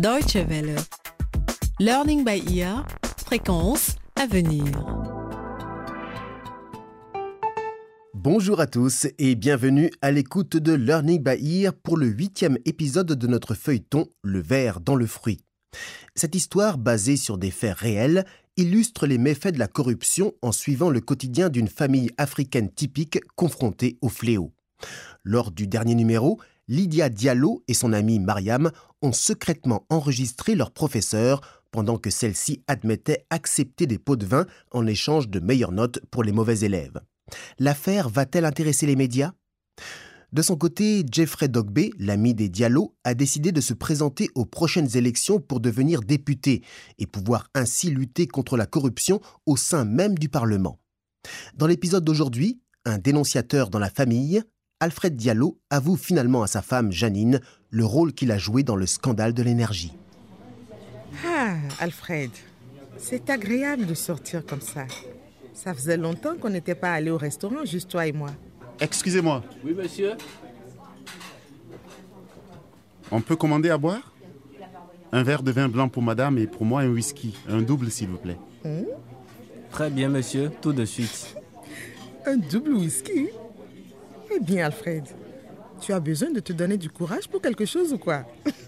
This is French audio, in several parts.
Deutsche Welle. Learning by ear, fréquence à venir. Bonjour à tous et bienvenue à l'écoute de Learning by ear pour le 8e épisode de notre feuilleton Le ver dans le fruit. Cette histoire, basée sur des faits réels, illustre les méfaits de la corruption en suivant le quotidien d'une famille africaine typique confrontée au fléau. Lors du dernier numéro, Lydia Diallo et son amie Mariam ont secrètement enregistré leur professeur pendant que celle-ci admettait accepter des pots de vin en échange de meilleures notes pour les mauvais élèves. L'affaire va-t-elle intéresser les médias ? De son côté, Jeffrey Dogbe, l'ami des Diallo, a décidé de se présenter aux prochaines élections pour devenir député et pouvoir ainsi lutter contre la corruption au sein même du Parlement. Dans l'épisode d'aujourd'hui, un dénonciateur dans la famille, Alfred Diallo avoue finalement à sa femme Janine le rôle qu'il a joué dans le scandale de l'énergie. Ah, Alfred, c'est agréable de sortir comme ça. Ça faisait longtemps qu'on n'était pas allé au restaurant, juste toi et moi. Excusez-moi. Oui, monsieur. On peut commander à boire ? Un verre de vin blanc pour madame et pour moi un whisky. Un double, s'il vous plaît. Très bien, monsieur. Tout de suite. Un double whisky ? Eh bien, Alfred, tu as besoin de te donner du courage pour quelque chose ou quoi ?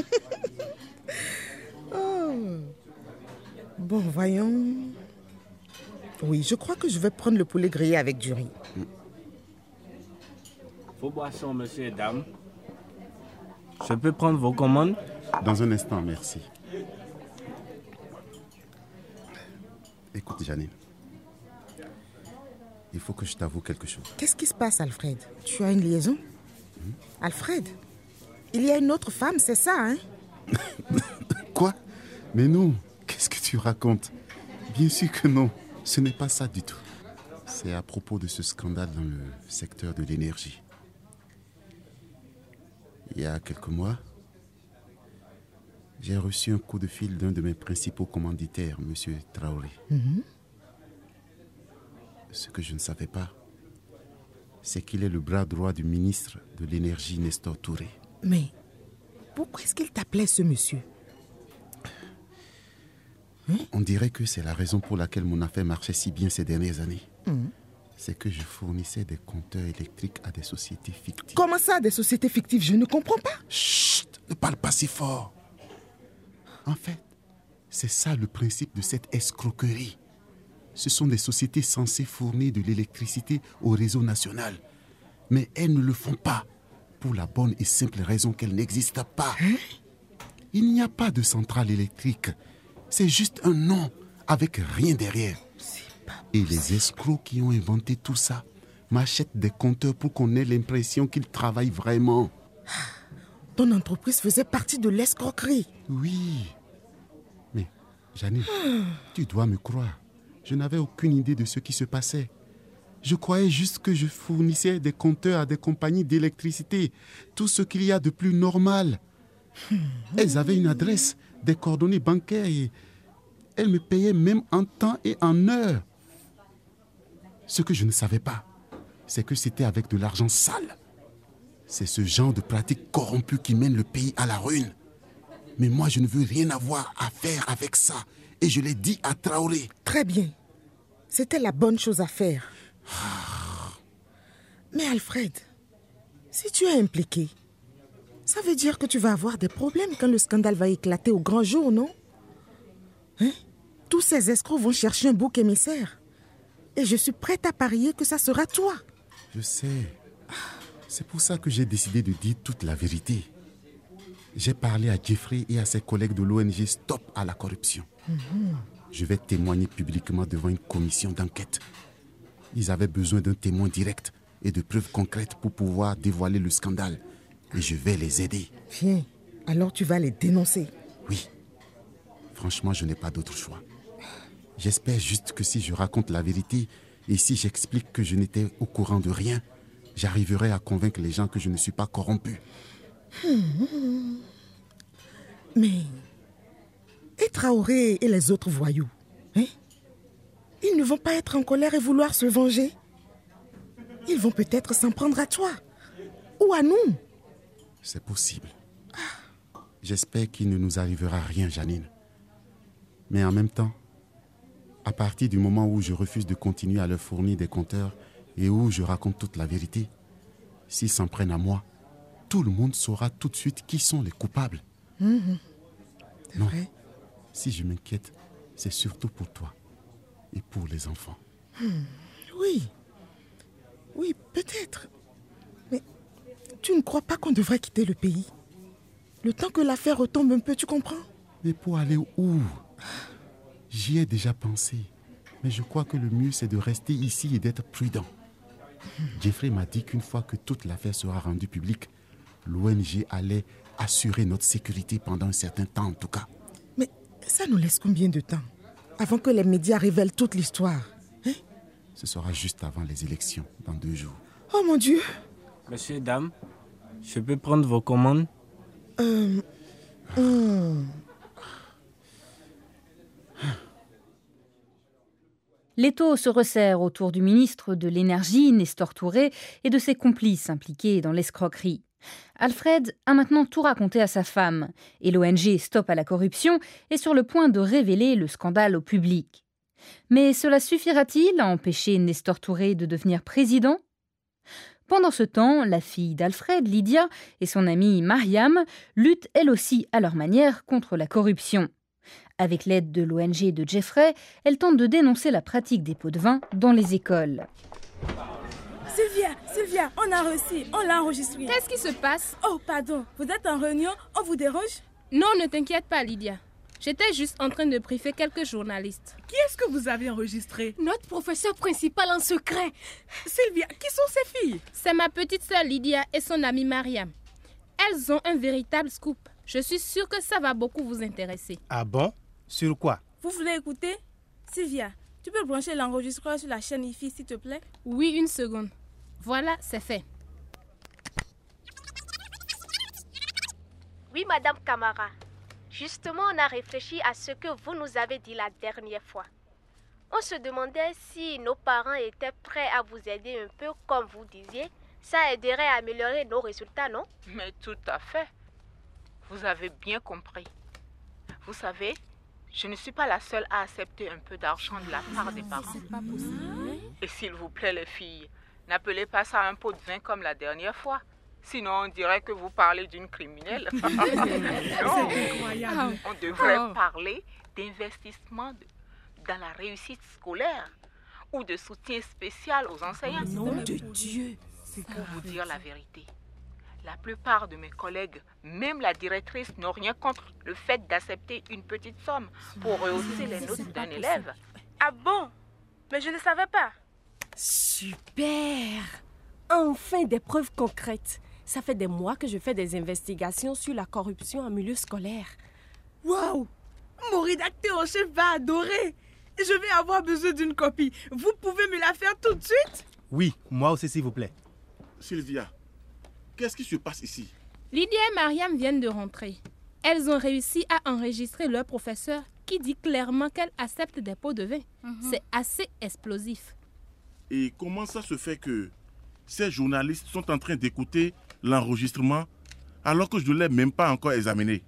Oh. Bon, voyons. Oui, je crois que je vais prendre le poulet grillé avec du riz. Vos boissons, monsieur et dame. Je peux prendre vos commandes ? Dans un instant, merci. Écoute, Janine. Il faut que je t'avoue quelque chose. Qu'est-ce qui se passe, Alfred ? Tu as une liaison ? Alfred, il y a une autre femme, c'est ça, hein ? Quoi ? Mais non, qu'est-ce que tu racontes ? Bien sûr que non, ce n'est pas ça du tout. C'est à propos de ce scandale dans le secteur de l'énergie. Il y a quelques mois, j'ai reçu un coup de fil d'un de mes principaux commanditaires, M. Traoré. Ce que je ne savais pas, c'est qu'il est le bras droit du ministre de l'énergie, Nestor Touré. Mais pourquoi est-ce qu'il t'appelait ce monsieur ? On dirait que c'est la raison pour laquelle mon affaire marchait si bien ces dernières années. C'est que je fournissais des compteurs électriques à des sociétés fictives. Comment ça, des sociétés fictives ? Je ne comprends pas. Chut, ne parle pas si fort. En fait, c'est ça le principe de cette escroquerie. Ce sont des sociétés censées fournir de l'électricité au réseau national. Mais elles ne le font pas, pour la bonne et simple raison qu'elles n'existent pas. Il n'y a pas de centrale électrique. C'est juste un nom, avec rien derrière. Et les escrocs qui ont inventé tout ça m'achètent des compteurs pour qu'on ait l'impression qu'ils travaillent vraiment. Ton entreprise faisait partie de l'escroquerie. Oui. Mais, Janine, tu dois me croire. Je n'avais aucune idée de ce qui se passait. Je croyais juste que je fournissais des compteurs à des compagnies d'électricité. Tout ce qu'il y a de plus normal. Elles avaient une adresse, des coordonnées bancaires et elles me payaient même en temps et en heure. Ce que je ne savais pas, c'est que c'était avec de l'argent sale. C'est ce genre de pratique corrompue qui mène le pays à la ruine. Mais moi, je ne veux rien avoir à faire avec ça. Et je l'ai dit à Traoré. Très bien. C'était la bonne chose à faire. Mais Alfred, si tu es impliqué, ça veut dire que tu vas avoir des problèmes quand le scandale va éclater au grand jour, non ? Tous ces escrocs vont chercher un bouc émissaire. Et je suis prête à parier que ça sera toi. Je sais. C'est pour ça que j'ai décidé de dire toute la vérité. J'ai parlé à Jeffrey et à ses collègues de l'ONG Stop à la corruption. Je vais témoigner publiquement devant une commission d'enquête. Ils avaient besoin d'un témoin direct et de preuves concrètes pour pouvoir dévoiler le scandale. Et je vais les aider. Viens, alors tu vas les dénoncer. Oui. Franchement, je n'ai pas d'autre choix. J'espère juste que si je raconte la vérité et si j'explique que je n'étais au courant de rien, j'arriverai à convaincre les gens que je ne suis pas corrompu. Mais, et Traoré et les autres voyous, ils ne vont pas être en colère et vouloir se venger. Ils vont peut-être s'en prendre à toi ou à nous. C'est possible. J'espère qu'il ne nous arrivera rien, Janine. Mais en même temps, à partir du moment où je refuse de continuer à leur fournir des compteurs et où je raconte toute la vérité, s'ils s'en prennent à moi, tout le monde saura tout de suite qui sont les coupables. C'est Non. vrai. Si je m'inquiète, c'est surtout pour toi et pour les enfants. Oui. Oui, peut-être. Mais tu ne crois pas qu'on devrait quitter le pays? Le temps que l'affaire retombe un peu, tu comprends? Mais pour aller où? J'y ai déjà pensé. Mais je crois que le mieux, c'est de rester ici et d'être prudent. Jeffrey m'a dit qu'une fois que toute l'affaire sera rendue publique, l'ONG allait assurer notre sécurité pendant un certain temps en tout cas. Mais ça nous laisse combien de temps avant que les médias révèlent toute l'histoire? Ce sera juste avant les élections, dans 2 jours. Oh mon Dieu! Monsieur, dame, je peux prendre vos commandes? L'étau se resserre autour du ministre de l'Énergie, Nestor Touré, et de ses complices impliqués dans l'escroquerie. Alfred a maintenant tout raconté à sa femme, et l'ONG Stop à la corruption est sur le point de révéler le scandale au public. Mais cela suffira-t-il à empêcher Nestor Touré de devenir président ? Pendant ce temps, la fille d'Alfred, Lydia, et son amie Mariam luttent elles aussi à leur manière contre la corruption. Avec l'aide de l'ONG de Jeffrey, elles tentent de dénoncer la pratique des pots de vin dans les écoles. Sylvia, on a reçu, on l'a enregistré. Qu'est-ce qui se passe? Oh, pardon, vous êtes en réunion, on vous dérange? Non, ne t'inquiète pas, Lydia. J'étais juste en train de briefer quelques journalistes. Qui est-ce que vous avez enregistré? Notre professeur principal en secret. Sylvia, qui sont ces filles? C'est ma petite sœur Lydia et son amie Mariam. Elles ont un véritable scoop. Je suis sûre que ça va beaucoup vous intéresser. Ah bon? Sur quoi? Vous voulez écouter? Sylvia, tu peux brancher l'enregistreur sur la chaîne IFI, s'il te plaît? Oui, une seconde. Voilà, c'est fait. Oui, Madame Camara. Justement, on a réfléchi à ce que vous nous avez dit la dernière fois. On se demandait si nos parents étaient prêts à vous aider un peu, comme vous disiez. Ça aiderait à améliorer nos résultats, non? Mais tout à fait. Vous avez bien compris. Vous savez, je ne suis pas la seule à accepter un peu d'argent de la part des parents. C'est pas possible. Et s'il vous plaît, les filles, n'appelez pas ça un pot de vin comme la dernière fois. Sinon, on dirait que vous parlez d'une criminelle. Non, on devrait parler d'investissement dans la réussite scolaire ou de soutien spécial aux enseignants. Nom de Dieu! Pour vous dire la vérité, la plupart de mes collègues, même la directrice, n'ont rien contre le fait d'accepter une petite somme pour rehausser les notes d'un élève. Ah bon? Mais je ne savais pas. Super! Enfin des preuves concrètes. Ça fait des mois que je fais des investigations sur la corruption en milieu scolaire. Waouh! Mon rédacteur en chef va adorer. Je vais avoir besoin d'une copie. Vous pouvez me la faire tout de suite? Oui, moi aussi s'il vous plaît. Sylvia, qu'est-ce qui se passe ici? Lydia et Mariam viennent de rentrer. Elles ont réussi à enregistrer leur professeur qui dit clairement qu'elle accepte des pots de vin. C'est assez explosif. Et comment ça se fait que ces journalistes sont en train d'écouter l'enregistrement alors que je ne l'ai même pas encore examiné?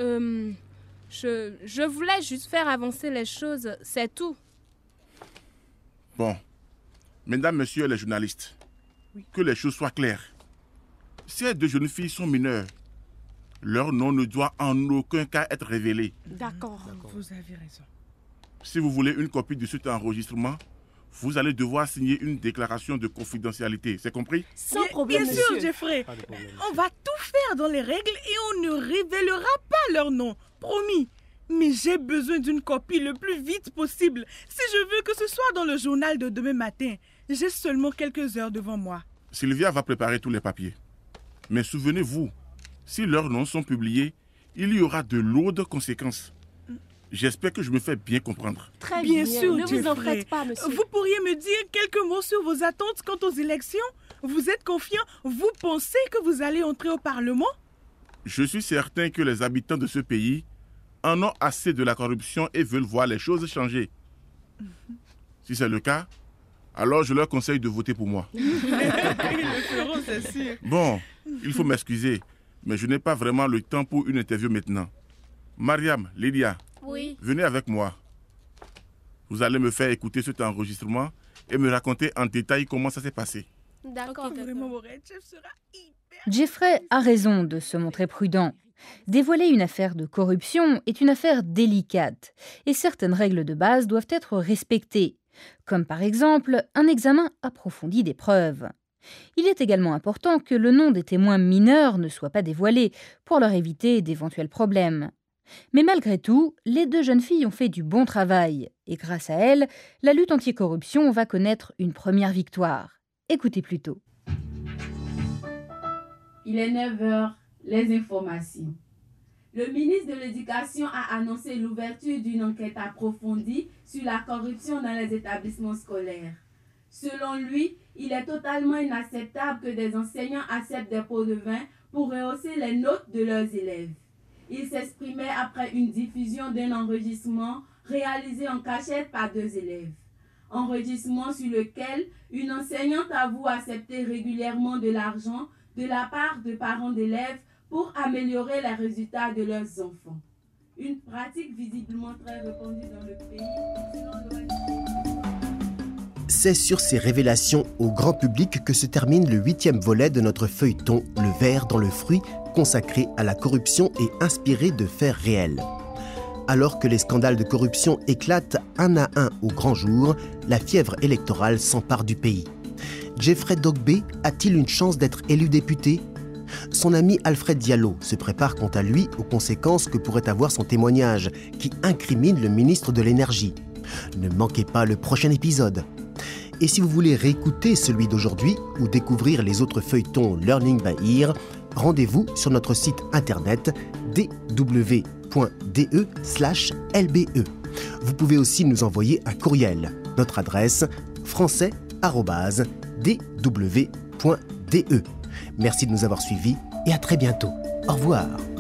Je voulais juste faire avancer les choses, c'est tout. Bon, mesdames, messieurs les journalistes, que les choses soient claires. Ces 2 jeunes filles sont mineures. Leur nom ne doit en aucun cas être révélé. D'accord. Vous avez raison. Si vous voulez une copie de cet enregistrement, vous allez devoir signer une déclaration de confidentialité. C'est compris? Sans problème, bien sûr, monsieur. Jeffrey. On va tout faire dans les règles et on ne révélera pas leur nom. Promis. Mais j'ai besoin d'une copie le plus vite possible. Si je veux que ce soit dans le journal de demain matin, j'ai seulement quelques heures devant moi. Sylvia va préparer tous les papiers. Mais souvenez-vous, si leurs noms sont publiés, il y aura de lourdes conséquences. J'espère que je me fais bien comprendre. Très Bien sûr, ne vous en Jeffrey. faites pas, monsieur. Vous pourriez me dire quelques mots sur vos attentes quant aux élections? Vous êtes confiant? Vous pensez que vous allez entrer au Parlement? Je suis certain que les habitants de ce pays en ont assez de la corruption et veulent voir les choses changer. Si c'est le cas, alors je leur conseille de voter pour moi. Ils le feront, c'est sûr. Bon, il faut m'excuser, Mais je n'ai pas vraiment le temps pour une interview maintenant. Mariam, Lydia, Oui. Venez avec moi. Vous allez me faire écouter cet enregistrement et me raconter en détail comment ça s'est passé. D'accord. Vraiment, mon Red Chef sera hyper... Jeffrey a raison de se montrer prudent. Dévoiler une affaire de corruption est une affaire délicate et certaines règles de base doivent être respectées, comme par exemple un examen approfondi des preuves. Il est également important que le nom des témoins mineurs ne soit pas dévoilé pour leur éviter d'éventuels problèmes. Mais malgré tout, les deux jeunes filles ont fait du bon travail et grâce à elles, la lutte anticorruption va connaître une première victoire. Écoutez plutôt. Il est 9h, les informations. Le ministre de l'Éducation a annoncé l'ouverture d'une enquête approfondie sur la corruption dans les établissements scolaires. Selon lui, il est totalement inacceptable que des enseignants acceptent des pots de vin pour rehausser les notes de leurs élèves. Il s'exprimait après une diffusion d'un enregistrement réalisé en cachette par 2 élèves. Enregistrement sur lequel une enseignante avoue accepter régulièrement de l'argent de la part de parents d'élèves pour améliorer les résultats de leurs enfants. Une pratique visiblement très répandue dans le pays selon l'ONG. C'est sur ces révélations au grand public que se termine le 8e volet de notre feuilleton « Le ver dans le fruit » consacré à la corruption et inspiré de faits réels. Alors que les scandales de corruption éclatent un à un au grand jour, la fièvre électorale s'empare du pays. Jeffrey Dogbe a-t-il une chance d'être élu député ? Son ami Alfred Diallo se prépare quant à lui aux conséquences que pourrait avoir son témoignage qui incrimine le ministre de l'Énergie. Ne manquez pas le prochain épisode. Et si vous voulez réécouter celui d'aujourd'hui ou découvrir les autres feuilletons Learning by Ear, rendez-vous sur notre site internet dw.de/lbe. Vous pouvez aussi nous envoyer un courriel. Notre adresse français@dw.de. Merci de nous avoir suivis et à très bientôt. Au revoir.